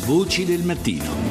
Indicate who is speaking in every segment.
Speaker 1: Voci del mattino.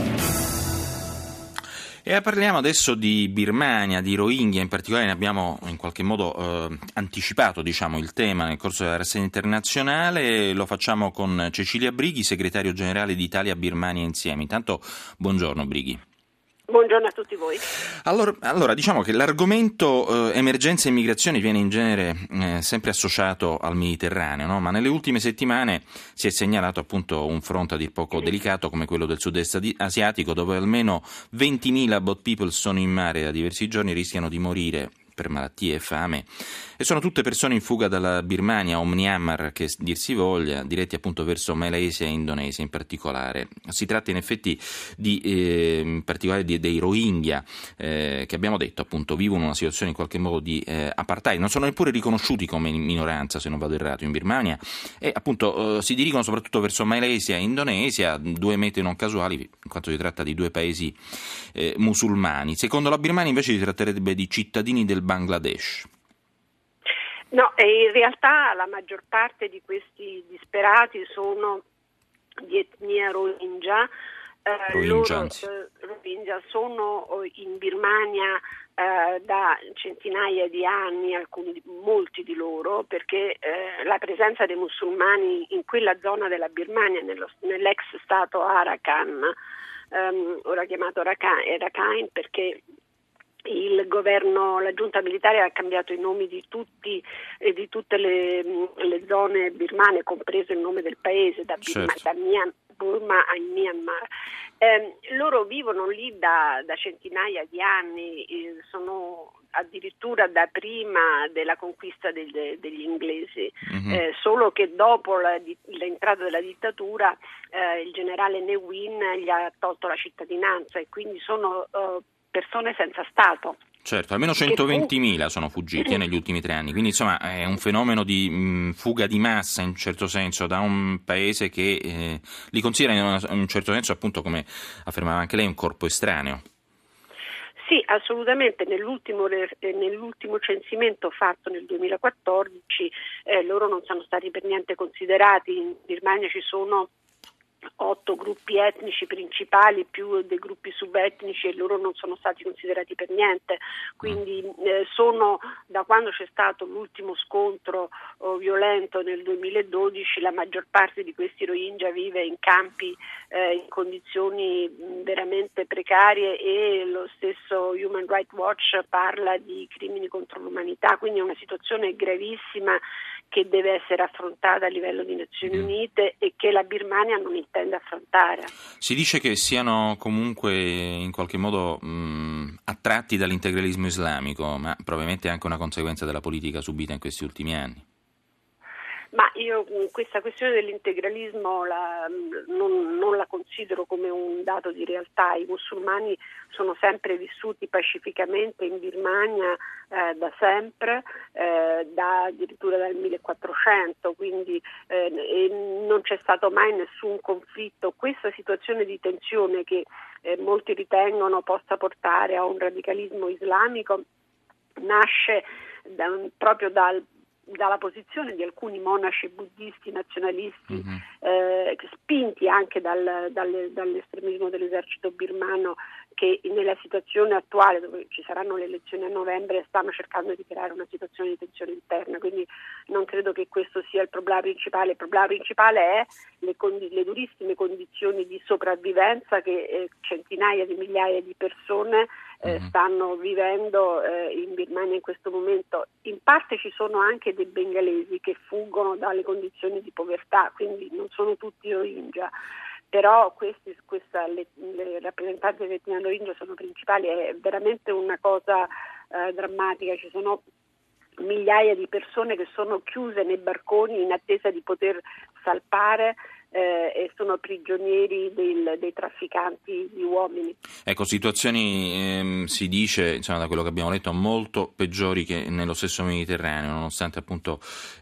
Speaker 2: E parliamo adesso di Birmania, di Rohingya in particolare. Ne abbiamo in qualche modo anticipato il tema nel corso della rassegna internazionale. Lo facciamo con Cecilia Brighi, segretario generale di Italia Birmania Insieme. Intanto buongiorno Brighi.
Speaker 3: Buongiorno a tutti voi.
Speaker 2: Allora diciamo che l'argomento emergenza e immigrazione viene in genere sempre associato al Mediterraneo, no? Ma nelle ultime settimane si è segnalato appunto un fronte a dir poco delicato come quello del sud-est asiatico, dove almeno 20.000 boat people sono in mare da diversi giorni e rischiano di morire per malattie e fame, e sono tutte persone in fuga dalla Birmania o Myanmar, che dir si voglia, diretti appunto verso Malaysia e Indonesia in particolare. Si tratta in effetti in particolare dei Rohingya, che abbiamo detto appunto vivono una situazione in qualche modo di apartheid, non sono neppure riconosciuti come minoranza, se non vado errato, in Birmania, e appunto si dirigono soprattutto verso Malaysia e Indonesia, due mete non casuali in quanto si tratta di due paesi musulmani. Secondo la Birmania invece si tratterebbe di cittadini del Bangladesh.
Speaker 3: No, in realtà la maggior parte di questi disperati sono di etnia Rohingya. Rohingya sono in Birmania da centinaia di anni, molti di loro, perché la presenza dei musulmani in quella zona della Birmania, nell'ex stato Arakan, ora chiamato Rakhine, perché il governo, la giunta militare ha cambiato i nomi di tutte le zone birmane, compreso il nome del paese, da Burma a Myanmar. Loro vivono lì da centinaia di anni, sono addirittura da prima della conquista degli inglesi, solo che dopo l'entrata della dittatura il generale Ne Win gli ha tolto la cittadinanza e quindi sono persone senza Stato.
Speaker 2: Certo, almeno 120.000 sono fuggiti negli ultimi 3 anni, quindi insomma è un fenomeno di fuga di massa in un certo senso da un paese che li considera in un certo senso, appunto, come affermava anche lei, un corpo estraneo.
Speaker 3: Sì, assolutamente. Nell'ultimo censimento fatto nel 2014 loro non sono stati per niente considerati. In Birmania ci sono 8 gruppi etnici principali più dei gruppi subetnici e loro non sono stati considerati per niente, quindi sono, da quando c'è stato l'ultimo scontro violento nel 2012, la maggior parte di questi Rohingya vive in campi in condizioni veramente precarie, e lo stesso Human Rights Watch parla di crimini contro l'umanità, quindi è una situazione gravissima che deve essere affrontata a livello di Nazioni Unite e che la Birmania non intende affrontare.
Speaker 2: Si dice che siano comunque in qualche modo attratti dall'integralismo islamico, ma probabilmente è anche una conseguenza della politica subita in questi ultimi anni.
Speaker 3: Ma io questa questione dell'integralismo non la considero come un dato di realtà. I musulmani sono sempre vissuti pacificamente in Birmania da sempre, addirittura dal 1400, quindi non c'è stato mai nessun conflitto. Questa situazione di tensione che molti ritengono possa portare a un radicalismo islamico nasce proprio dalla posizione di alcuni monaci buddisti nazionalisti, spinti anche dall'estremismo dell'esercito birmano, che nella situazione attuale, dove ci saranno le elezioni a novembre, stanno cercando di creare una situazione di tensione interna. Quindi non credo che questo sia il problema principale. Il problema principale è le durissime condizioni di sopravvivenza che centinaia di migliaia di persone stanno vivendo in Birmania in questo momento. In parte ci sono anche dei bengalesi che fuggono dalle condizioni di povertà, quindi non sono tutti Rohingya, però le rappresentanti dell'etnia Rohingya sono principali. È veramente una cosa drammatica. Ci sono migliaia di persone che sono chiuse nei barconi in attesa di poter salpare e sono prigionieri dei trafficanti di uomini.
Speaker 2: Ecco, situazioni si dice, insomma, da quello che abbiamo letto, molto peggiori che nello stesso Mediterraneo, nonostante appunto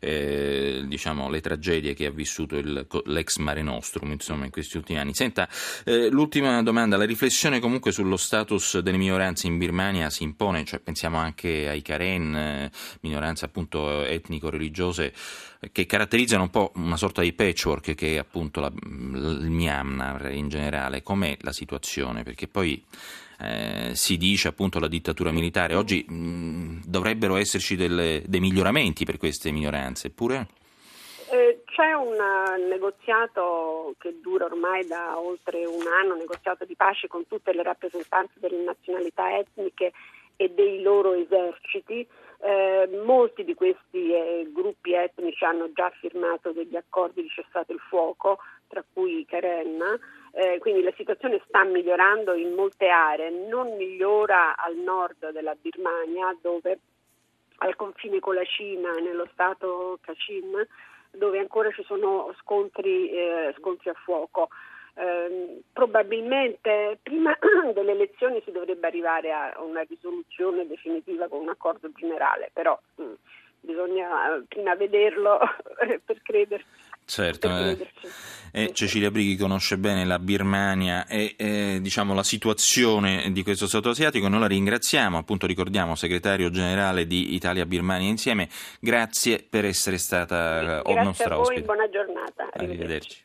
Speaker 2: le tragedie che ha vissuto l'ex Mare Nostrum, insomma, in questi ultimi anni. Senta, l'ultima domanda: la riflessione comunque sullo status delle minoranze in Birmania si impone, cioè pensiamo anche ai Karen, minoranze appunto etnico-religiose che caratterizzano un po' una sorta di patchwork che appunto il Myanmar in generale, com'è la situazione? Perché poi si dice appunto la dittatura militare, oggi dovrebbero esserci dei miglioramenti per queste minoranze, eppure?
Speaker 3: C'è un negoziato che dura ormai da oltre un anno, un negoziato di pace con tutte le rappresentanze delle nazionalità etniche e dei loro eserciti. Molti di questi gruppi etnici hanno già firmato degli accordi di cessate il fuoco, tra cui Karen. Quindi la situazione sta migliorando in molte aree, non migliora al nord della Birmania, dove al confine con la Cina, nello stato Kachin, dove ancora ci sono scontri a fuoco. Probabilmente prima delle elezioni si dovrebbe arrivare a una risoluzione definitiva con un accordo generale, però bisogna prima vederlo per crederci.
Speaker 2: Certo, Cecilia Brighi conosce bene la Birmania e diciamo la situazione di questo Stato asiatico. Noi la ringraziamo, appunto ricordiamo segretario generale di Italia Birmania Insieme. Grazie per essere stata nostra ospite.
Speaker 3: Grazie a voi, buona giornata.
Speaker 2: Arrivederci.